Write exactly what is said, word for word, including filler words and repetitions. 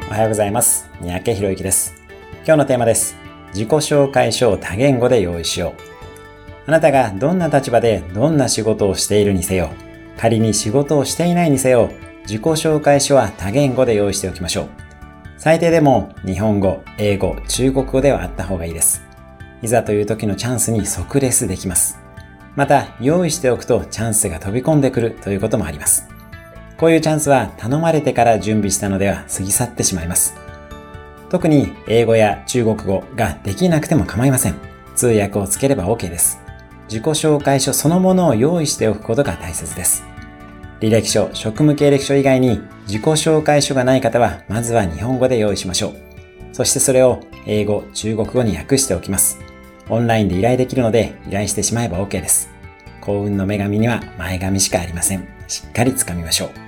おはようございます。三宅博之です。今日のテーマです。自己紹介書を多言語で用意しよう。あなたがどんな立場でどんな仕事をしているにせよ、仮に仕事をしていないにせよ、自己紹介書は多言語で用意しておきましょう。最低でも日本語、英語、中国語ではあった方がいいです。いざという時のチャンスに即レスできます。また、用意しておくとチャンスが飛び込んでくるということもあります。こういうチャンスは頼まれてから準備したのでは過ぎ去ってしまいます。特に英語や中国語ができなくても構いません。通訳をつければ OK です。自己紹介書そのものを用意しておくことが大切です。履歴書、職務経歴書以外に自己紹介書がない方は、まずは日本語で用意しましょう。そしてそれを英語、中国語に訳しておきます。オンラインで依頼できるので依頼してしまえば OK です。幸運の女神には前髪しかありません。しっかりつかみましょう。